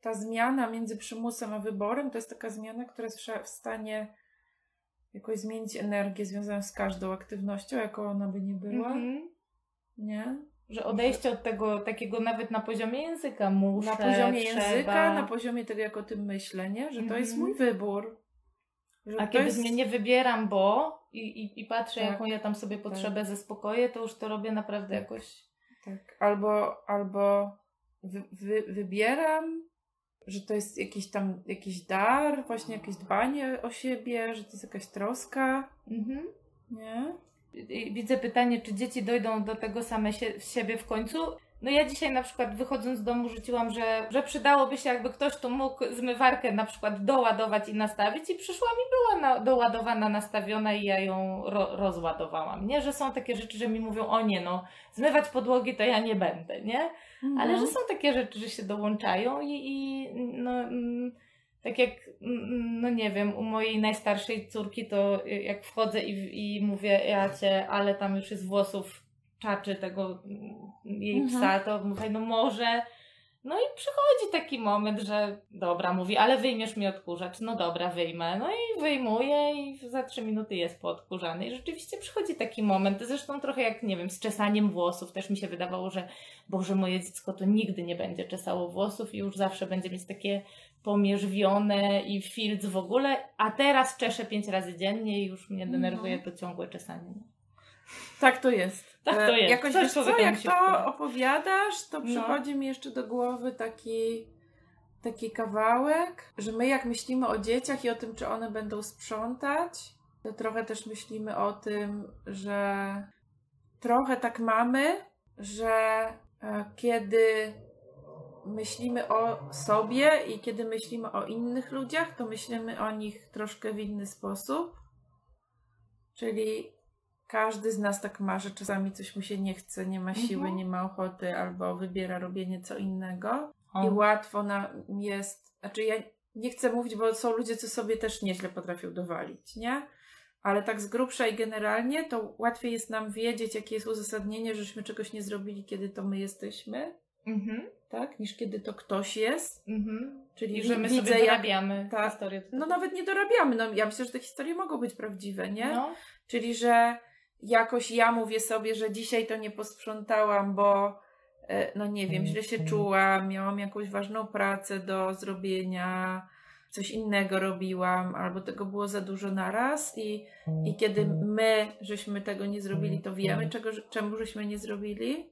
ta zmiana między przymusem a wyborem to jest taka zmiana, która jest w stanie jakoś zmienić energię związaną z każdą aktywnością, jaką ona by nie była. Mhm. Nie? Że odejście od tego takiego nawet na poziomie języka muszę, Na poziomie trzeba. języka, na poziomie tego, jak o tym myślę, nie? Że to Mhm. jest mój wybór. Że A to kiedy jest... mnie nie wybieram, bo i, i, i patrzę, Tak. jaką ja tam sobie potrzebę zaspokoję, to już to robię naprawdę jakoś... Tak. Albo, albo wy, wy, wybieram, że to jest jakiś tam jakiś dar, właśnie jakieś dbanie o siebie, że to jest jakaś troska. Mhm. Nie? I widzę pytanie, czy dzieci dojdą do tego same się, siebie w końcu. No ja dzisiaj na przykład wychodząc z domu rzuciłam, że, że przydałoby się, jakby ktoś tu mógł zmywarkę na przykład doładować i nastawić i przyszła mi była na, doładowana, nastawiona i ja ją ro, rozładowałam, nie? Że są takie rzeczy, że mi mówią, o nie no, zmywać podłogi to ja nie będę, nie? Mhm. Ale że są takie rzeczy, że się dołączają i, i no... Mm, tak jak, mm, no nie wiem, u mojej najstarszej córki to jak wchodzę i, i mówię, ja cię, ale tam już jest włosów czaczy tego mm, jej Mhm. psa, to mówię, no może. No i przychodzi taki moment, że dobra, mówi, ale wyjmiesz mi odkurzacz. No dobra, wyjmę. No i wyjmuję i za trzy minuty jest poodkurzany. I rzeczywiście przychodzi taki moment, zresztą trochę jak, nie wiem, z czesaniem włosów. Też mi się wydawało, że Boże, moje dziecko to nigdy nie będzie czesało włosów i już zawsze będzie mieć takie pomierzwione i filc w ogóle, a teraz czeszę pięć razy dziennie i już mnie denerwuje to ciągłe czesanie. Tak to jest. Tak to jest. Jakoś Coś wiesz co, człowieka jak musi to wpływać. opowiadasz, to No. przychodzi mi jeszcze do głowy taki, taki kawałek, że my jak myślimy o dzieciach i o tym, czy one będą sprzątać, to trochę też myślimy o tym, że trochę tak mamy, że e, kiedy myślimy o sobie i kiedy myślimy o innych ludziach, to myślimy o nich troszkę w inny sposób. Czyli każdy z nas tak ma, że czasami coś mu się nie chce, nie ma siły, Mhm. nie ma ochoty, albo wybiera robienie co innego. O. I łatwo nam jest, znaczy ja nie chcę mówić, bo są ludzie, co sobie też nieźle potrafią dowalić, nie? Ale tak z grubsza i generalnie, to łatwiej jest nam wiedzieć, jakie jest uzasadnienie, żeśmy czegoś nie zrobili, kiedy to my jesteśmy, Mhm. tak? Niż kiedy to ktoś jest. Mhm. Czyli I że my widzę, sobie jak... dorabiamy tak. historię. No nawet nie dorabiamy. No, ja myślę, że te historie mogą być prawdziwe, nie? No. Czyli, że jakoś ja mówię sobie, że dzisiaj to nie posprzątałam, bo e, no nie wiem, źle się czułam, miałam jakąś ważną pracę do zrobienia, coś innego robiłam, albo tego było za dużo naraz i, i kiedy my żeśmy tego nie zrobili, to wiemy, czego, czemu żeśmy nie zrobili,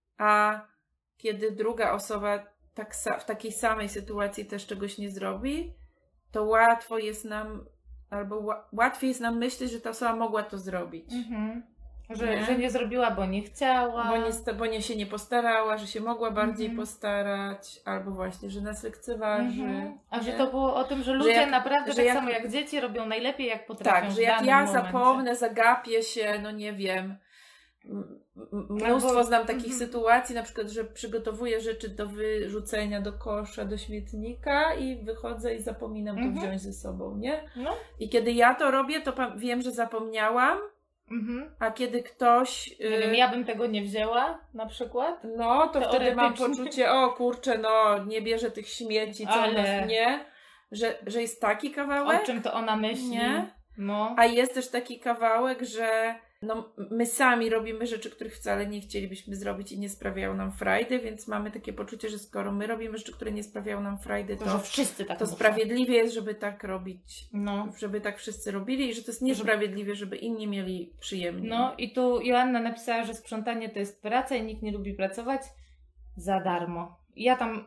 a kiedy druga osoba tak sa- w takiej samej sytuacji też czegoś nie zrobi, to łatwo jest nam albo ła- łatwiej jest nam myśleć, że ta osoba mogła to zrobić. Mhm. Że, Nie? że nie zrobiła, bo nie chciała. Bo nie, sta- bo nie się nie postarała, że się mogła bardziej Mhm. postarać, albo właśnie, że nas lekceważy. Mhm. A że nie? to było o tym, że ludzie jak- naprawdę że tak jak- samo jak dzieci robią najlepiej, jak potrafią. Tak, że w jak danym ja momencie. zapomnę, zagapię się, no nie wiem. m- m- Mnóstwo Albo- znam takich mhm. sytuacji, na przykład, że przygotowuję rzeczy do wyrzucenia do kosza, do śmietnika i wychodzę i zapominam Mhm. to wziąć ze sobą, nie? No. I kiedy ja to robię, to pa- wiem, że zapomniałam, Mhm. a kiedy ktoś... Nie y, wiem, ja bym tego nie wzięła na przykład. No, to wtedy mam Teoretycznie. poczucie, o kurczę, no nie bierze tych śmieci, co Ale- Ale... nas nie, że, że jest taki kawałek, O czym to ona myśli. Nie? No. a jest też taki kawałek, że no, my sami robimy rzeczy, których wcale nie chcielibyśmy zrobić i nie sprawiają nam frajdy, więc mamy takie poczucie, że skoro my robimy rzeczy, które nie sprawiają nam frajdy, To, to, że wszyscy tak to muszą. sprawiedliwie jest, żeby tak robić, No. żeby tak wszyscy robili i że to jest niesprawiedliwie, żeby inni mieli przyjemnie. No i tu Joanna napisała, że sprzątanie to jest praca i nikt nie lubi pracować za darmo. I ja tam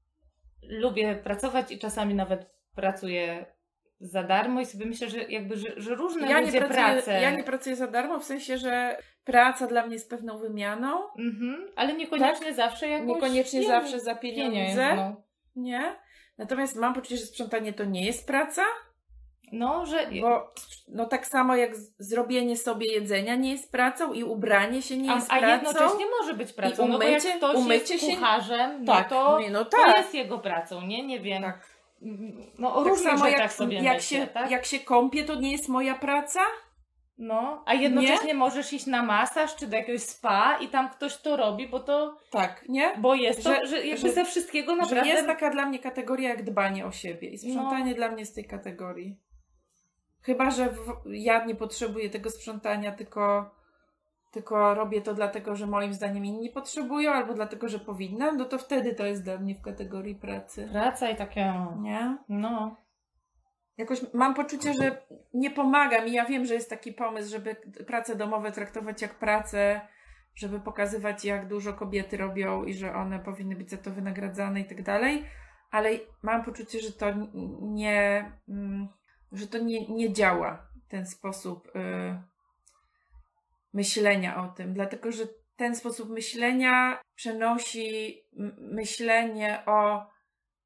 lubię pracować i czasami nawet pracuję za darmo i sobie myślę, że jakby, że, że różne Ja nie, ludzie pracuję, pracę... ja nie pracuję za darmo, w sensie, że praca dla mnie jest pewną wymianą, Mhm, ale niekoniecznie zawsze jakąś niekoniecznie pien- zawsze za pieniądze, pieniężną. nie? Natomiast mam poczucie, że sprzątanie to nie jest praca, No, że... bo no tak samo jak z- zrobienie sobie jedzenia nie jest pracą i ubranie się nie A, jest a pracą. jednocześnie może być pracą, I no bo jak umycie- ktoś umycie jest się- kucharzem, tak, no to, nie, no to tak. jest jego pracą, nie? Nie wiem. Tak. No o Tak różnych samo rzeczach jak, sobie jak, myślę, się, tak? jak się kąpię, to nie jest moja praca, No, a jednocześnie nie? możesz iść na masaż czy do jakiegoś spa i tam ktoś to robi, bo to... Tak, nie? Bo jest to, że, że jakby że, ze wszystkiego naprawdę... Że jest taka dla mnie kategoria jak dbanie o siebie i sprzątanie no. dla mnie z tej kategorii. Chyba, że w, ja nie potrzebuję tego sprzątania, tylko, tylko robię to dlatego, że moim zdaniem inni potrzebują, albo dlatego, że powinnam, no to wtedy to jest dla mnie w kategorii pracy. Praca i takie... Nie? No. Jakoś mam poczucie, że nie pomaga mi. Ja wiem, że jest taki pomysł, żeby prace domowe traktować jak pracę, żeby pokazywać, jak dużo kobiety robią i że one powinny być za to wynagradzane i tak dalej, ale mam poczucie, że to nie, że to nie, nie działa ten sposób yy, myślenia o tym, dlatego, że ten sposób myślenia przenosi myślenie o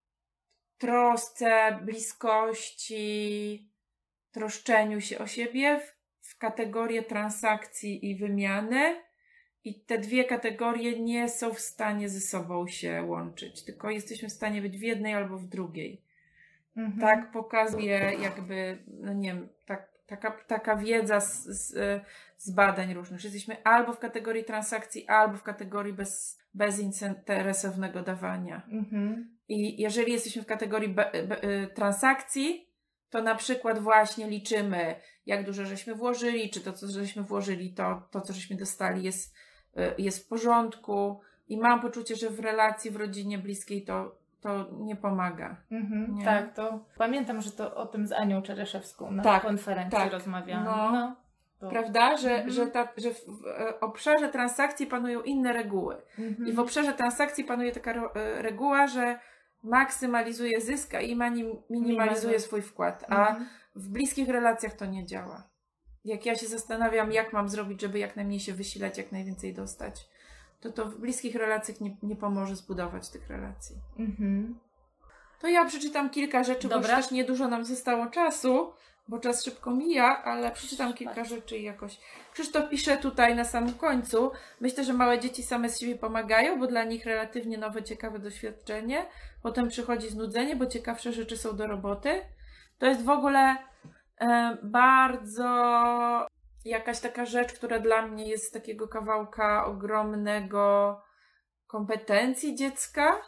trosce, bliskości, troszczeniu się o siebie w, w kategorię transakcji i wymiany i te dwie kategorie nie są w stanie ze sobą się łączyć, tylko jesteśmy w stanie być w jednej albo w drugiej. Mhm. Tak pokazuje jakby, no nie wiem, tak, taka, taka wiedza z, z, z badań różnych, że jesteśmy albo w kategorii transakcji, albo w kategorii bez, bezinteresownego dawania. Mhm. I jeżeli jesteśmy w kategorii be, be, transakcji, to na przykład właśnie liczymy, jak dużo żeśmy włożyli, czy to, co żeśmy włożyli, to, to co żeśmy dostali jest, jest w porządku. I mam poczucie, że w relacji, w rodzinie bliskiej to, to nie pomaga. Mhm, nie? Tak, to pamiętam, że to o tym z Anią Czereszewską na tak, konferencji tak, rozmawiałam. No, no, to... Prawda? Że, mhm. że, ta, że w obszarze transakcji panują inne reguły. Mhm. I w obszarze transakcji panuje taka reguła, że maksymalizuje zysk i minimalizuje swój wkład. A mhm. w bliskich relacjach to nie działa. Jak ja się zastanawiam, jak mam zrobić, żeby jak najmniej się wysilać, jak najwięcej dostać, to to w bliskich relacjach nie, nie pomoże zbudować tych relacji. Mhm. To ja przeczytam kilka rzeczy, Dobra. bo już też niedużo nam zostało czasu, bo czas szybko mija, ale przeczytam kilka rzeczy i jakoś... Krzysztof pisze tutaj na samym końcu: myślę, że małe dzieci same z siebie pomagają, bo dla nich relatywnie nowe, ciekawe doświadczenie. Potem przychodzi znudzenie, bo ciekawsze rzeczy są do roboty. To jest w ogóle e, bardzo jakaś taka rzecz, która dla mnie jest z takiego kawałka ogromnego kompetencji dziecka,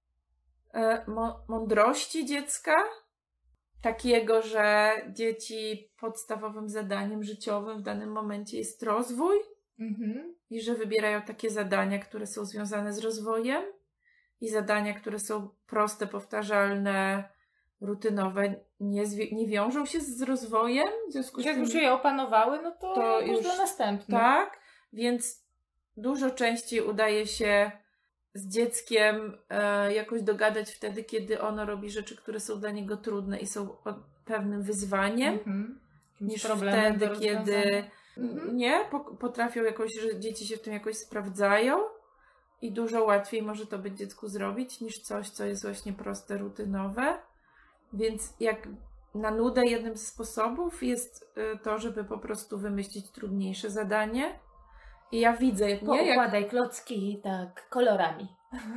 e, mo- mądrości dziecka. Takiego, że dzieci podstawowym zadaniem życiowym w danym momencie jest rozwój mhm. i że wybierają takie zadania, które są związane z rozwojem i zadania, które są proste, powtarzalne, rutynowe, nie, zwi- nie wiążą się z rozwojem. W związku z Jak tym, już je opanowały, no to, to już dla następnych. Tak, więc dużo częściej udaje się z dzieckiem e, jakoś dogadać wtedy, kiedy ono robi rzeczy, które są dla niego trudne i są pewnym wyzwaniem, mm-hmm. niż wtedy, kiedy mm-hmm. nie, po, potrafią jakoś, że dzieci się w tym jakoś sprawdzają i dużo łatwiej może to być dziecku zrobić, niż coś, co jest właśnie proste, rutynowe. Więc jak na nudę jednym ze sposobów jest to, żeby po prostu wymyślić trudniejsze zadanie. I ja widzę, jak nie, Poukładaj jak... klocki tak kolorami.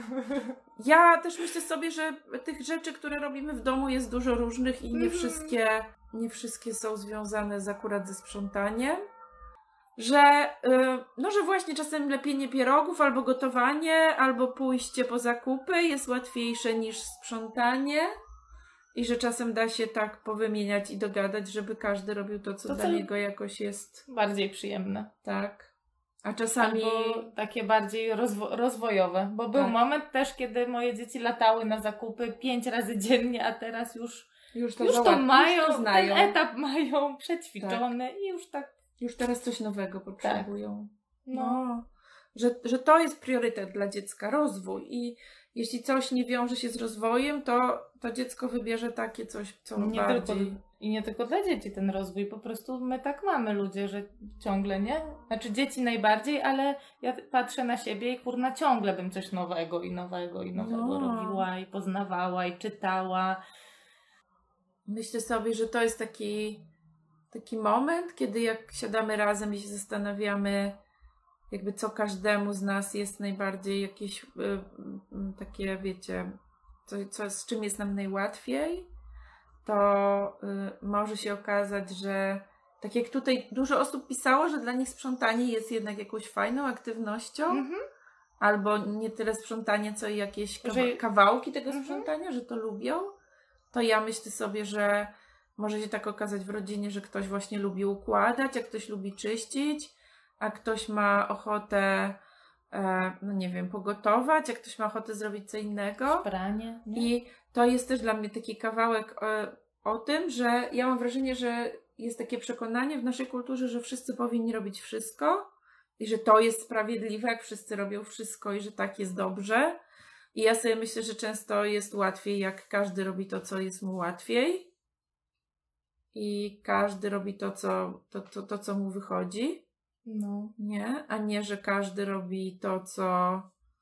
Ja też myślę sobie, że tych rzeczy, które robimy w domu, jest dużo różnych i nie wszystkie, nie wszystkie są związane z akurat ze sprzątaniem. Że, yy, no, że właśnie czasem lepienie pierogów, albo gotowanie, albo pójście po zakupy jest łatwiejsze niż sprzątanie. I że czasem da się tak powymieniać i dogadać, żeby każdy robił to, co to dla co niego jakoś jest bardziej przyjemne. Tak. A czasami albo takie bardziej rozwo- rozwojowe, bo był tak. moment też, kiedy moje dzieci latały na zakupy pięć razy dziennie, a teraz już, już to, już to załat- mają, już to znają. ten etap mają przećwiczony tak. i już tak. Już teraz coś nowego potrzebują. Tak. No. no. Że, że to jest priorytet dla dziecka, rozwój i jeśli coś nie wiąże się z rozwojem, to, to dziecko wybierze takie coś, co nie bardziej... Tylko, I nie tylko dla dzieci ten rozwój, po prostu my tak mamy ludzie, że ciągle, nie? Znaczy dzieci najbardziej, ale ja patrzę na siebie i kurna ciągle bym coś nowego i nowego i nowego no. robiła i poznawała i czytała. Myślę sobie, że to jest taki, taki moment, kiedy jak siadamy razem i się zastanawiamy, jakby co każdemu z nas jest najbardziej jakieś y, y, takie, wiecie, co, co, z czym jest nam najłatwiej, to y, może się okazać, że tak jak tutaj dużo osób pisało, że dla nich sprzątanie jest jednak jakąś fajną aktywnością, Mhm. albo nie tyle sprzątanie, co jakieś kawa- Że- kawałki tego Mhm. sprzątania, że to lubią, to ja myślę sobie, że może się tak okazać w rodzinie, że ktoś właśnie lubi układać, a ktoś lubi czyścić, a ktoś ma ochotę, e, no nie wiem, pogotować, a ktoś ma ochotę zrobić co innego. Pranie. Nie? I to jest też dla mnie taki kawałek e, o tym, że ja mam wrażenie, że jest takie przekonanie w naszej kulturze, że wszyscy powinni robić wszystko i że to jest sprawiedliwe, jak wszyscy robią wszystko i że tak jest dobrze. I ja sobie myślę, że często jest łatwiej, jak każdy robi to, co jest mu łatwiej i każdy robi to, co, to, to, to, co mu wychodzi, No. nie? A nie, że każdy robi to, co...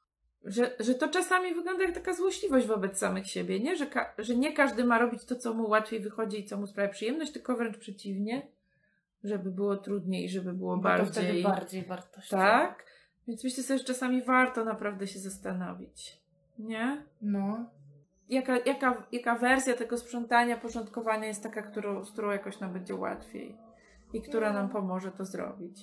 Że, że to czasami wygląda jak taka złośliwość wobec samych siebie, nie? Że, ka- że nie każdy ma robić to, co mu łatwiej wychodzi i co mu sprawia przyjemność, tylko wręcz przeciwnie, żeby było trudniej, żeby było Bo bardziej... to wtedy bardziej wartościowe. Tak? Więc myślę sobie, że czasami warto naprawdę się zastanowić, nie? No. Jaka, jaka, jaka wersja tego sprzątania, porządkowania jest taka, którą, z którą jakoś nam będzie łatwiej i która nam pomoże to zrobić.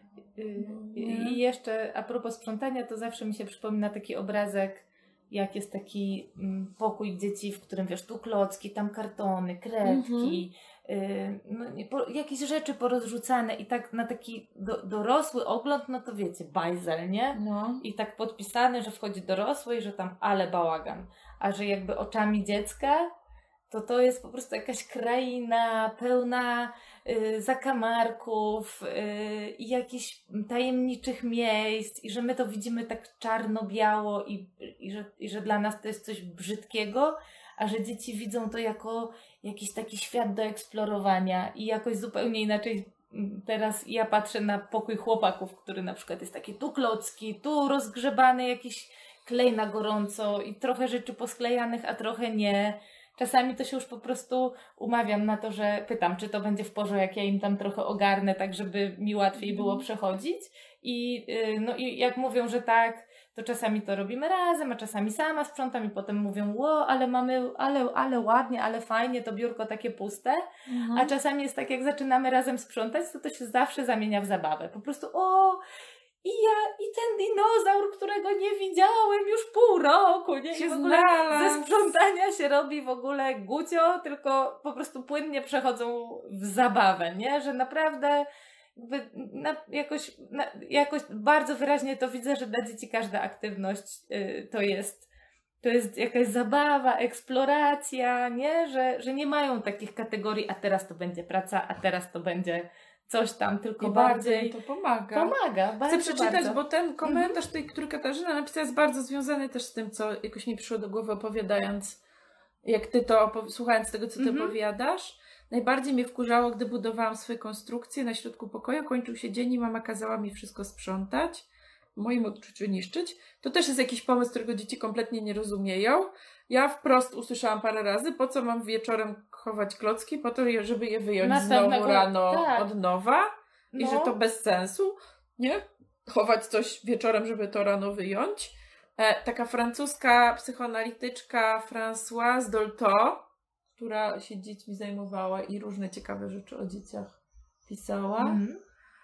Y, Nie? I jeszcze a propos sprzątania, to zawsze mi się przypomina taki obrazek, jak jest taki mm, pokój dzieci, w którym wiesz, tu klocki, tam kartony, kredki, y, no, i po, jakieś rzeczy porozrzucane i tak na taki do, dorosły ogląd, no to wiecie, bajzel, nie? No. I tak podpisane, że wchodzi dorosły i że tam ale bałagan. A że jakby oczami dziecka, to to jest po prostu jakaś kraina pełna y, zakamarków y, i jakichś tajemniczych miejsc i że my to widzimy tak czarno-biało i, i, że, i że dla nas to jest coś brzydkiego, a że dzieci widzą to jako jakiś taki świat do eksplorowania i jakoś zupełnie inaczej. Teraz ja patrzę na pokój chłopaków, który na przykład jest taki tu klocki, tu rozgrzebany jakiś klej na gorąco i trochę rzeczy posklejanych, a trochę nie. Czasami to się już po prostu umawiam na to, że pytam, czy to będzie w porządku, jak ja im tam trochę ogarnę, tak żeby mi łatwiej było przechodzić. I, yy, no i jak mówią, że tak, to czasami to robimy razem, a czasami sama sprzątam i potem mówią, ło, ale mamy, ale, ale ładnie, ale fajnie, to biurko takie puste. Mhm. A czasami jest tak, jak zaczynamy razem sprzątać, to to się zawsze zamienia w zabawę. Po prostu, o, i ja, i ten dinozaur, którego nie widziałem już pół roku, nie? Się I w ogóle znalazł. ze sprzątania się robi w ogóle gucio, tylko po prostu płynnie przechodzą w zabawę, nie? Że naprawdę jakby na, jakoś, na, jakoś bardzo wyraźnie to widzę, że dla dzieci każda aktywność y, to jest to jest jakaś zabawa, eksploracja, nie? Że, że nie mają takich kategorii, a teraz to będzie praca, a teraz to będzie coś tam, tylko I bardzo bardziej im to pomaga. pomaga. Chcę Bardzo, przeczytać, bardzo. bo ten komentarz, tej, który Katarzyna napisała, jest bardzo związany też z tym, co jakoś mi przyszło do głowy opowiadając, jak ty to, opowi- słuchając tego, co ty Mhm. opowiadasz. Najbardziej mnie wkurzało, gdy budowałam swoje konstrukcje na środku pokoju, kończył się dzień i mama kazała mi wszystko sprzątać, w moim odczuciu niszczyć. To też jest jakiś pomysł, którego dzieci kompletnie nie rozumieją. Ja wprost usłyszałam parę razy, po co mam wieczorem chować klocki, po to, żeby je wyjąć Następnego- znowu rano tak. od nowa. I No. że to bez sensu, nie? Chować coś wieczorem, żeby to rano wyjąć. E, taka francuska psychoanalityczka Françoise Dolto, która się dziećmi zajmowała i różne ciekawe rzeczy o dzieciach pisała, Mhm.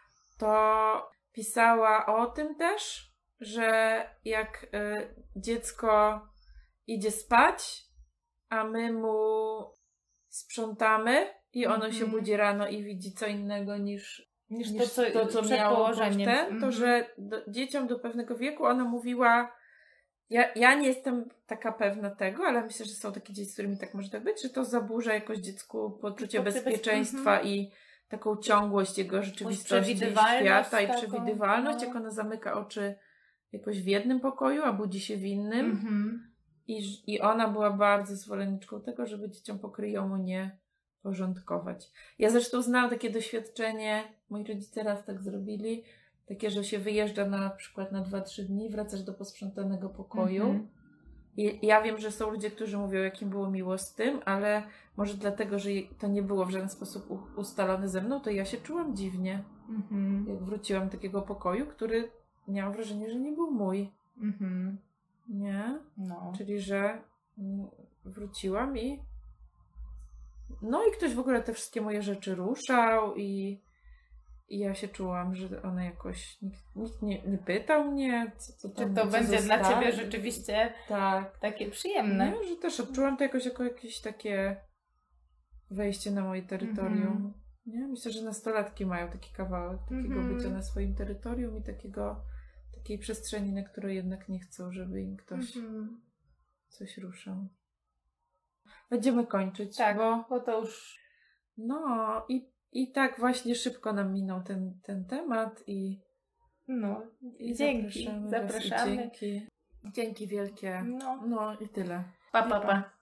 to pisała o tym też, że jak e, dziecko idzie spać, a my mu sprzątamy i ono Mhm. się budzi rano i widzi co innego niż Niż, niż to, co, to, co przed miało położeniem. ten, to Mhm. że do, dzieciom do pewnego wieku ona mówiła, ja, ja nie jestem taka pewna tego, ale myślę, że są takie dzieci, z którymi tak może tak być, że to zaburza jakoś dziecku poczucie Poczucie bez- bezpieczeństwa mhm. i taką ciągłość jego rzeczywistości, przewidywalność świata i taką, przewidywalność, no. jak ona zamyka oczy jakoś w jednym pokoju, a budzi się w innym. Mhm. I, ż- I ona była bardzo zwolenniczką tego, żeby dzieciom pokryjomu nie porządkować. Ja zresztą znam takie doświadczenie, moi rodzice raz tak zrobili, takie, że się wyjeżdża na przykład na dwa trzy dni, wracasz do posprzątanego pokoju. Mhm. I ja wiem, że są ludzie, którzy mówią, jakim było miło z tym, ale może dlatego, że to nie było w żaden sposób u- ustalone ze mną, to ja się czułam dziwnie, Mhm. jak wróciłam do takiego pokoju, który miałam wrażenie, że nie był mój. Mhm. Nie? No. Czyli, że mm, wróciłam i No i ktoś w ogóle te wszystkie moje rzeczy ruszał i, i ja się czułam, że one jakoś, nikt, nikt nie, nie pytał mnie, co, co tam Czy to co będzie dla zostawi. ciebie rzeczywiście Tak. takie przyjemne? No, że też odczułam to jakoś jako jakieś takie wejście na moje terytorium. Mhm. Nie? Myślę, że nastolatki mają taki kawałek takiego Mhm. bycia na swoim terytorium i takiego, takiej przestrzeni, na której jednak nie chcą, żeby im ktoś Mhm. coś ruszał. Będziemy kończyć, Tak, bo bo to już... no i, i tak właśnie szybko nam minął ten, ten temat i, No, i dzięki. zapraszamy. was i Zapraszamy. Dzięki. Dzięki wielkie. No, No i tyle. pa, pa, pa.